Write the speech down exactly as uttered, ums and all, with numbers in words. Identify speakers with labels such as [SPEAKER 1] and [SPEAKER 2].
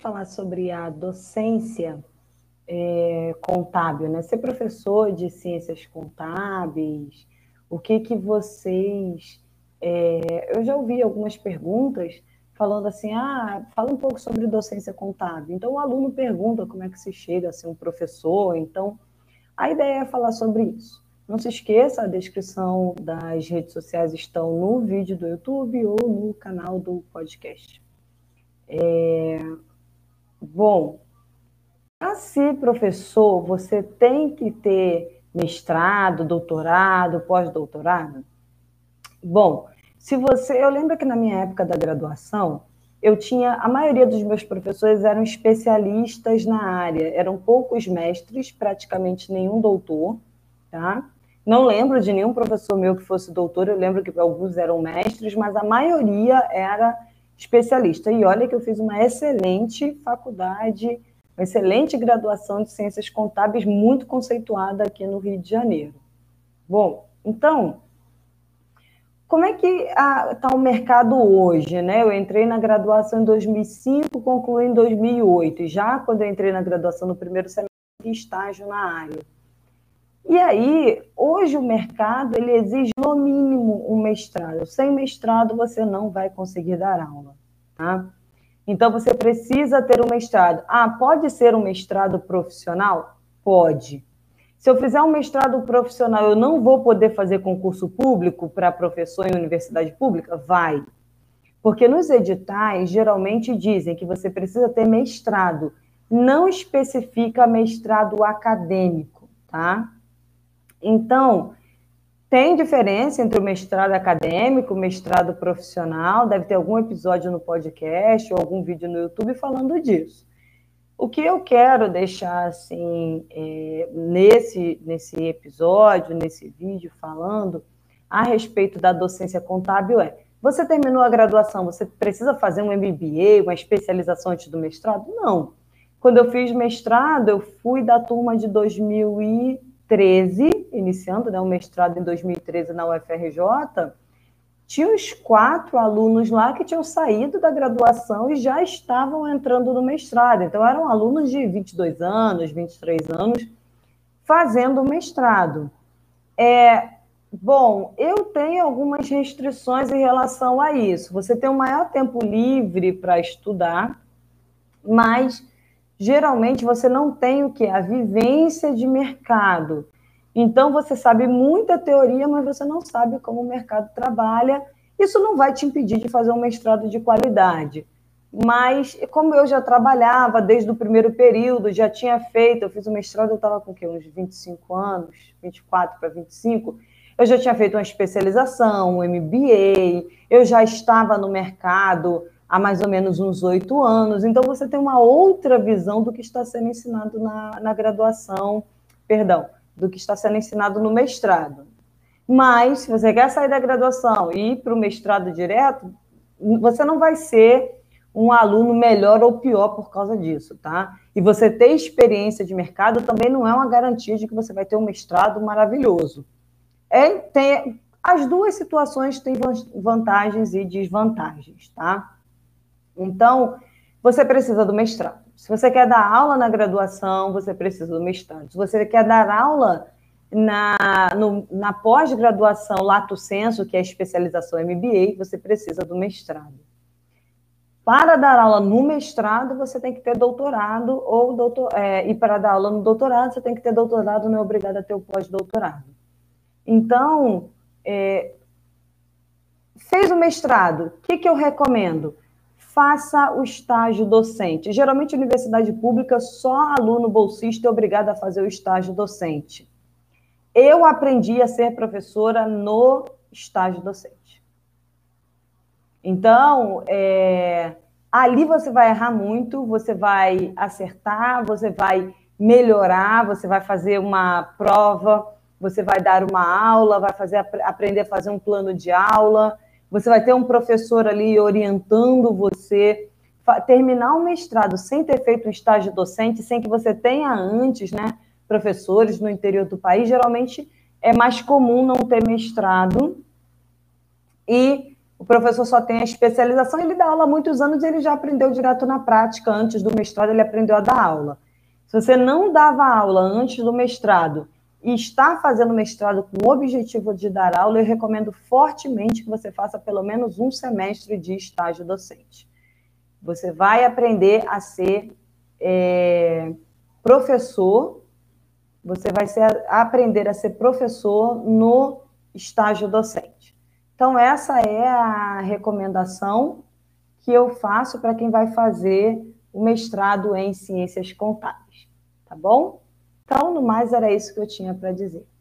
[SPEAKER 1] falar sobre a docência é, contábil, né? Ser professor de ciências contábeis, o que que vocês... É, eu já ouvi algumas perguntas falando assim, ah, fala um pouco sobre docência contábil. Então, o aluno pergunta como é que se chega a ser um professor. Então, a ideia é falar sobre isso. Não se esqueça, a descrição das redes sociais estão no vídeo do YouTube ou no canal do podcast. É... Bom, para ser professor, você tem que ter mestrado, doutorado, pós-doutorado? Bom, se você... Eu lembro que na minha época da graduação, eu tinha... A maioria dos meus professores eram especialistas na área, eram poucos mestres, praticamente nenhum doutor, tá? Não lembro de nenhum professor meu que fosse doutor, eu lembro que alguns eram mestres, mas a maioria era especialista. E olha que eu fiz uma excelente faculdade, uma excelente graduação de ciências contábeis, muito conceituada aqui no Rio de Janeiro. Bom, então, como é que está o mercado hoje, né? Eu entrei na graduação em dois mil e cinco, concluí em dois mil e oito, e já quando eu entrei na graduação no primeiro semestre, fiz estágio na área. E aí, hoje o mercado, ele exige no mínimo um mestrado. Sem mestrado, você não vai conseguir dar aula, tá? Então, você precisa ter um mestrado. Ah, pode ser um mestrado profissional? Pode. Se eu fizer um mestrado profissional, eu não vou poder fazer concurso público para professor em universidade pública? Vai. Porque nos editais, geralmente dizem que você precisa ter mestrado. Não especifica mestrado acadêmico, tá? Então, tem diferença entre o mestrado acadêmico, o mestrado profissional, deve ter algum episódio no podcast ou algum vídeo no YouTube falando disso. O que eu quero deixar, assim, é, nesse, nesse episódio, nesse vídeo, falando a respeito da docência contábil é, você terminou a graduação, você precisa fazer um M B A, uma especialização antes do mestrado? Não. Quando eu fiz mestrado, eu fui da turma de dois mil e treze, iniciando, né, o mestrado em dois mil e treze na U F R J, tinha uns quatro alunos lá que tinham saído da graduação e já estavam entrando no mestrado. Então, eram alunos de vinte e dois anos, vinte e três anos, fazendo o mestrado. É, bom, eu tenho algumas restrições em relação a isso. Você tem um maior tempo livre para estudar, mas geralmente você não tem o quê? A vivência de mercado. Então, você sabe muita teoria, mas você não sabe como o mercado trabalha. Isso não vai te impedir de fazer um mestrado de qualidade. Mas, como eu já trabalhava desde o primeiro período, já tinha feito, eu fiz o mestrado, eu estava com o quê? Uns vinte e cinco anos, vinte e quatro para vinte e cinco, eu já tinha feito uma especialização, um M B A, eu já estava no mercado há mais ou menos uns oito anos, então você tem uma outra visão do que está sendo ensinado na, na graduação, perdão, do que está sendo ensinado no mestrado. Mas, se você quer sair da graduação e ir para o mestrado direto, você não vai ser um aluno melhor ou pior por causa disso, tá? E você ter experiência de mercado também não é uma garantia de que você vai ter um mestrado maravilhoso. É, tem, as duas situações têm vantagens e desvantagens, tá? Então, você precisa do mestrado. Se você quer dar aula na graduação, você precisa do mestrado. Se você quer dar aula na, no, na pós-graduação lato sensu, que é a especialização M B A, você precisa do mestrado. Para dar aula no mestrado, você tem que ter doutorado, ou doutor, é, e para dar aula no doutorado, você tem que ter doutorado, não é obrigado a ter o pós-doutorado. Então, é, fez o mestrado, o que, que eu recomendo? Faça o estágio docente. Geralmente, em universidade pública, só aluno bolsista é obrigado a fazer o estágio docente. Eu aprendi a ser professora no estágio docente. Então, é, ali você vai errar muito, você vai acertar, você vai melhorar, você vai fazer uma prova, você vai dar uma aula, vai fazer, aprender a fazer um plano de aula, você vai ter um professor ali orientando você. Terminar um mestrado sem ter feito um estágio docente, sem que você tenha antes, né, professores no interior do país, geralmente é mais comum não ter mestrado. E professor só tem a especialização, ele dá aula há muitos anos e ele já aprendeu direto na prática. Antes do mestrado, ele aprendeu a dar aula. Se você não dava aula antes do mestrado e está fazendo mestrado com o objetivo de dar aula, eu recomendo fortemente que você faça pelo menos um semestre de estágio docente. Você vai aprender a ser é, professor, você vai ser, aprender a ser professor no estágio docente. Então, essa é a recomendação que eu faço para quem vai fazer o mestrado em Ciências Contábeis, tá bom? Então, no mais, era isso que eu tinha para dizer.